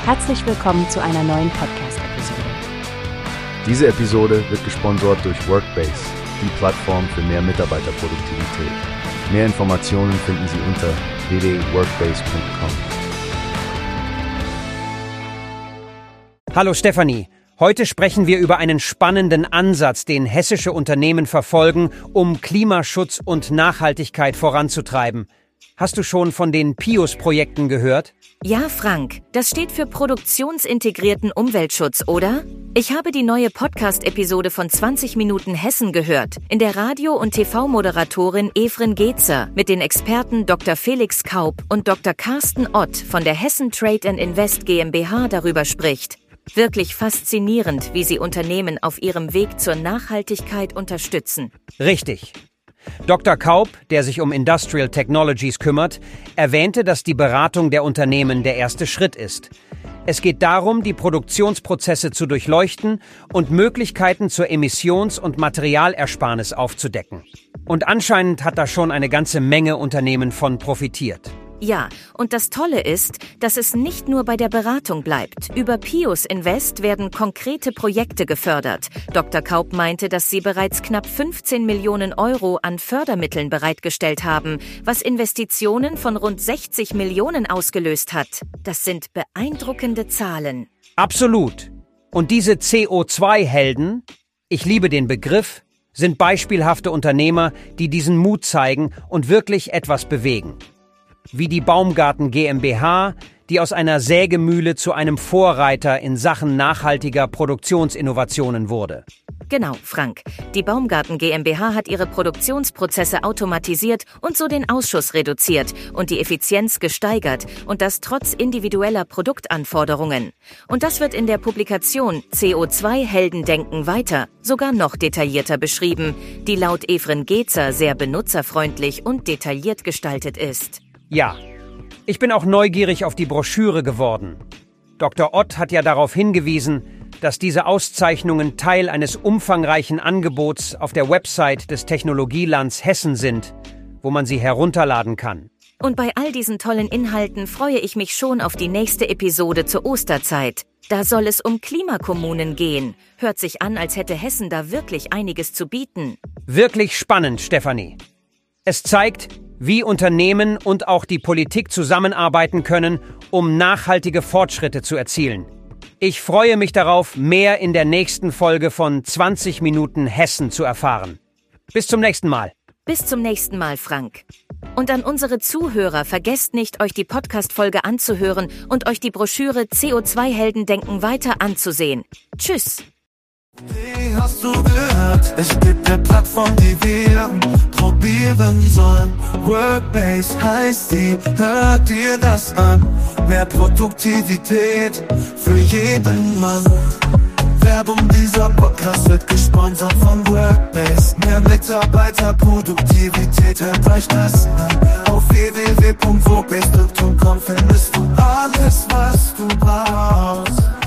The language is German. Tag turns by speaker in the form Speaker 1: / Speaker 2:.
Speaker 1: Herzlich willkommen zu einer neuen Podcast-Episode.
Speaker 2: Diese Episode wird gesponsert durch Workbase, die Plattform für mehr Mitarbeiterproduktivität. Mehr Informationen finden Sie unter www.workbase.com.
Speaker 3: Hallo Stefanie, heute sprechen wir über einen spannenden Ansatz, den hessische Unternehmen verfolgen, um Klimaschutz und Nachhaltigkeit voranzutreiben. Hast du schon von den PIUS-Projekten gehört?
Speaker 4: Ja, Frank, das steht für Produktionsintegrierten Umweltschutz, oder? Ich habe die neue Podcast-Episode von 20 Minuten Hessen gehört, in der Radio- und TV-Moderatorin Efren Gezer mit den Experten Dr. Felix Kaup und Dr. Carsten Ott von der Hessen Trade and Invest GmbH darüber spricht. Wirklich faszinierend, wie sie Unternehmen auf ihrem Weg zur Nachhaltigkeit unterstützen.
Speaker 3: Richtig. Dr. Kaup, der sich um Industrial Technologies kümmert, erwähnte, dass die Beratung der Unternehmen der erste Schritt ist. Es geht darum, die Produktionsprozesse zu durchleuchten und Möglichkeiten zur Emissions- und Materialersparnis aufzudecken. Und anscheinend hat da schon eine ganze Menge Unternehmen von profitiert.
Speaker 4: Ja, und das Tolle ist, dass es nicht nur bei der Beratung bleibt. Über PIUS Invest werden konkrete Projekte gefördert. Dr. Kaup meinte, dass sie bereits knapp 15 Millionen Euro an Fördermitteln bereitgestellt haben, was Investitionen von rund 60 Millionen ausgelöst hat. Das sind beeindruckende Zahlen.
Speaker 3: Absolut. Und diese CO2-Helden, ich liebe den Begriff, sind beispielhafte Unternehmer, die diesen Mut zeigen und wirklich etwas bewegen. Wie die Baumgarten GmbH, die aus einer Sägemühle zu einem Vorreiter in Sachen nachhaltiger Produktionsinnovationen wurde.
Speaker 4: Genau, Frank. Die Baumgarten GmbH hat ihre Produktionsprozesse automatisiert und so den Ausschuss reduziert und die Effizienz gesteigert und das trotz individueller Produktanforderungen. Und das wird in der Publikation CO2-Helden denken weiter sogar noch detaillierter beschrieben, die laut Efren Gezer sehr benutzerfreundlich und detailliert gestaltet ist.
Speaker 3: Ja, ich bin auch neugierig auf die Broschüre geworden. Dr. Ott hat ja darauf hingewiesen, dass diese Auszeichnungen Teil eines umfangreichen Angebots auf der Website des Technologielands Hessen sind, wo man sie herunterladen kann.
Speaker 4: Und bei all diesen tollen Inhalten freue ich mich schon auf die nächste Episode zur Osterzeit. Da soll es um Klimakommunen gehen. Hört sich an, als hätte Hessen da wirklich einiges zu bieten.
Speaker 3: Wirklich spannend, Stefanie. Es zeigt, wie Unternehmen und auch die Politik zusammenarbeiten können, um nachhaltige Fortschritte zu erzielen. Ich freue mich darauf, mehr in der nächsten Folge von 20 Minuten Hessen zu erfahren. Bis zum nächsten Mal.
Speaker 4: Bis zum nächsten Mal, Frank. Und an unsere Zuhörer, vergesst nicht, euch die Podcast-Folge anzuhören und euch die Broschüre CO2-Helden denken weiter anzusehen. Tschüss.
Speaker 5: Wie hast du gehört? Es gibt eine Plattform, die wir probieren sollen. Workbase heißt die, hört dir das an. Mehr Produktivität für jeden Mann. Werbung, dieser Podcast wird gesponsert von Workbase. Mehr Mitarbeiterproduktivität, hört euch das an. Auf www.workbase.com findest du alles, was du brauchst.